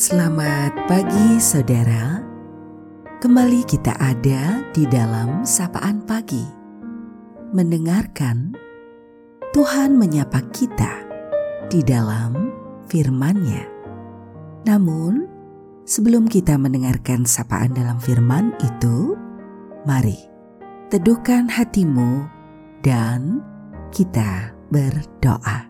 Selamat pagi saudara. Kembali kita ada di dalam Sapaan Pagi. Mendengarkan Tuhan menyapa kita di dalam firman-Nya. Namun, sebelum kita mendengarkan sapaan dalam firman itu, mari teduhkan hatimu dan kita berdoa.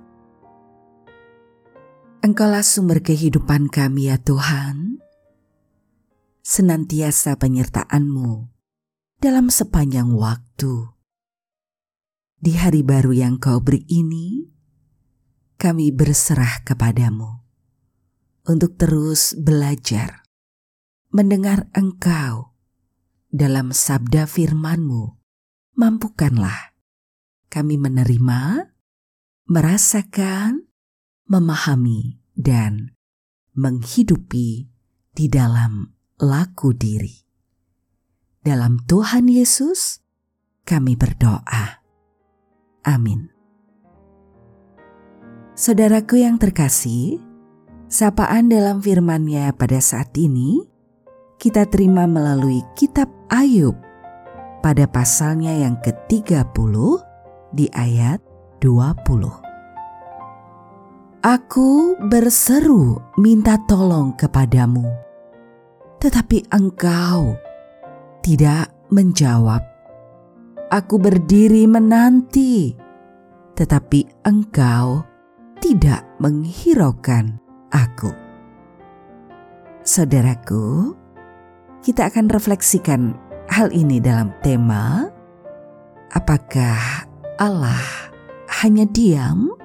Engkaulah sumber kehidupan kami ya Tuhan, senantiasa penyertaan-Mu dalam sepanjang waktu. Di hari baru yang Kau beri ini, kami berserah kepadamu untuk terus belajar, mendengar Engkau dalam sabda firman-Mu. Mampukanlah kami menerima, merasakan, memahami dan menghidupi di dalam laku diri. Dalam Tuhan Yesus kami berdoa. Amin. Saudaraku yang terkasih, sapaan dalam firman-Nya pada saat ini kita terima melalui kitab Ayub pada pasalnya yang ke-30 di ayat 20. Aku berseru minta tolong kepadamu, tetapi engkau tidak menjawab. Aku berdiri menanti, tetapi engkau tidak menghiraukan aku. Saudaraku, kita akan refleksikan hal ini dalam tema, apakah Allah hanya diam?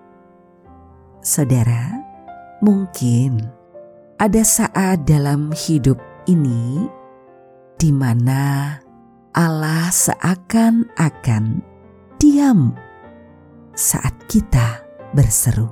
Saudara, mungkin ada saat dalam hidup ini di mana Allah seakan-akan diam saat kita berseru.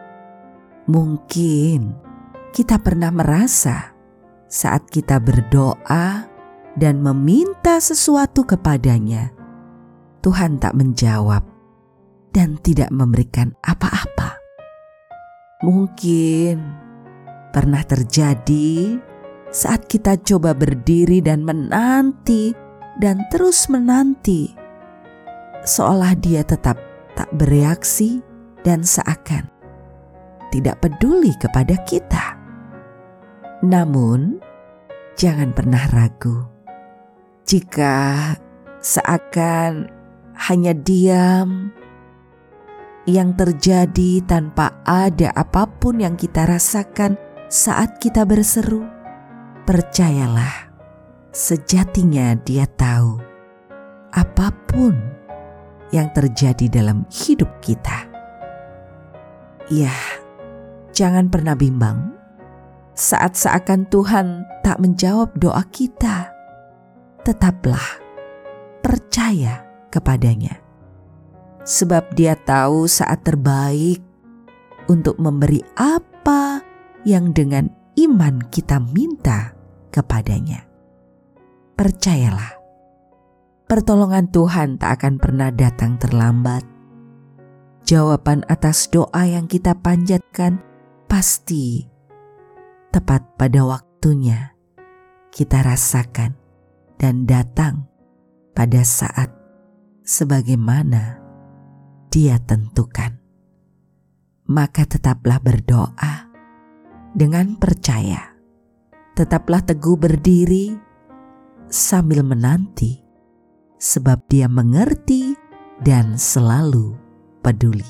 Mungkin kita pernah merasa saat kita berdoa dan meminta sesuatu kepadanya, Tuhan tak menjawab dan tidak memberikan apa-apa. Mungkin pernah terjadi saat kita coba berdiri dan menanti dan terus menanti, seolah Dia tetap tak bereaksi dan seakan tidak peduli kepada kita. Namun, jangan pernah ragu. Jika seakan hanya diam, yang terjadi tanpa ada apapun yang kita rasakan saat kita berseru, percayalah, sejatinya Dia tahu apapun yang terjadi dalam hidup kita. Ya, jangan pernah bimbang saat seakan Tuhan tak menjawab doa kita. Tetaplah percaya kepadanya. Sebab Dia tahu saat terbaik untuk memberi apa yang dengan iman kita minta kepadanya. Percayalah, pertolongan Tuhan tak akan pernah datang terlambat. Jawaban atas doa yang kita panjatkan pasti tepat pada waktunya kita rasakan dan datang pada saat sebagaimana Dia tentukan. Maka tetaplah berdoa dengan percaya. Tetaplah teguh berdiri sambil menanti, sebab Dia mengerti dan selalu peduli.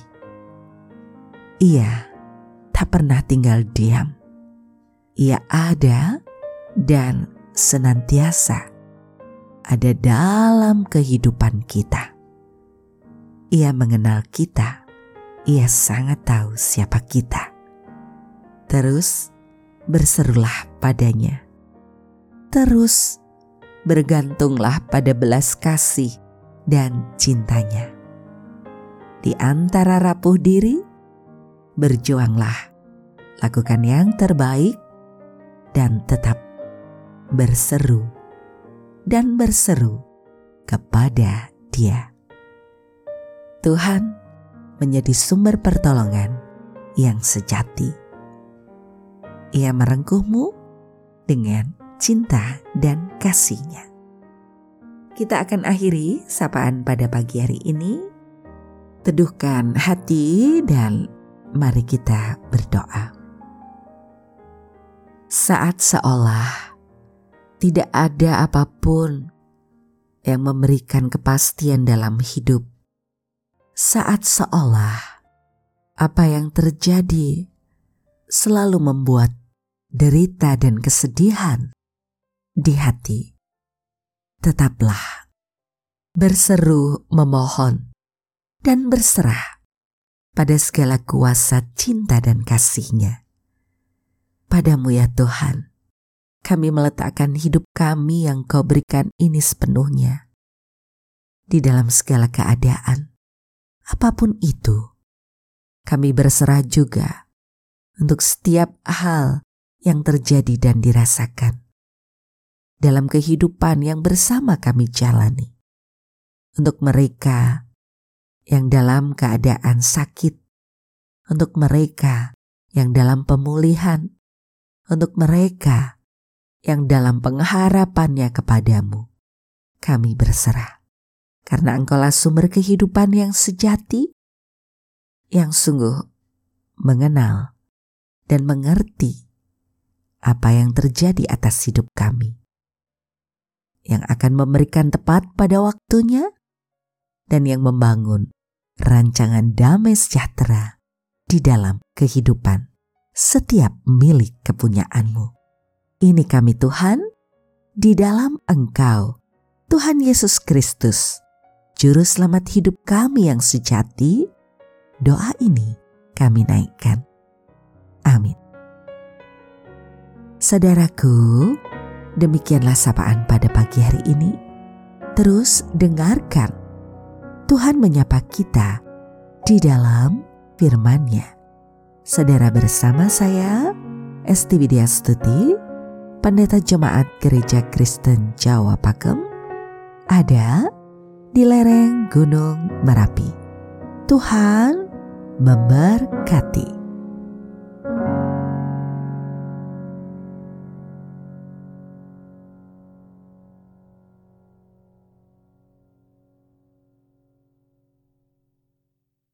Ia tak pernah tinggal diam. Ia ada dan senantiasa ada dalam kehidupan kita. Ia mengenal kita, Ia sangat tahu siapa kita. Terus berserulah padanya. Terus bergantunglah pada belas kasih dan cintanya. Di antara rapuh diri, berjuanglah, lakukan yang terbaik, dan tetap berseru dan berseru kepada Dia. Tuhan menjadi sumber pertolongan yang sejati. Ia merengkuhmu dengan cinta dan kasih-Nya. Kita akan akhiri sapaan pada pagi hari ini. Teduhkan hati dan mari kita berdoa. Saat seolah tidak ada apapun yang memberikan kepastian dalam hidup, saat seolah apa yang terjadi selalu membuat derita dan kesedihan di hati, tetaplah berseru memohon dan berserah pada segala kuasa cinta dan kasih-Nya. Padamu ya Tuhan, kami meletakkan hidup kami yang Kau berikan ini sepenuhnya. Di dalam segala keadaan, apapun itu, kami berserah juga untuk setiap hal yang terjadi dan dirasakan dalam kehidupan yang bersama kami jalani. Untuk mereka yang dalam keadaan sakit, untuk mereka yang dalam pemulihan, untuk mereka yang dalam pengharapannya kepadamu, kami berserah. Karena Engkaulah sumber kehidupan yang sejati, yang sungguh mengenal dan mengerti apa yang terjadi atas hidup kami, yang akan memberikan tepat pada waktunya, dan yang membangun rancangan damai sejahtera di dalam kehidupan setiap milik kepunyaan-Mu. Ini kami Tuhan, di dalam Engkau, Tuhan Yesus Kristus, Juru Selamat hidup kami yang sejati, doa ini kami naikkan. Amin. Saudaraku, demikianlah sapaan pada pagi hari ini. Terus dengarkan Tuhan menyapa kita di dalam firman-Nya. Saudara, bersama saya Esti Widyastuti, Pendeta Jemaat Gereja Kristen Jawa Pakem, ada di lereng Gunung Merapi. Tuhan memberkati.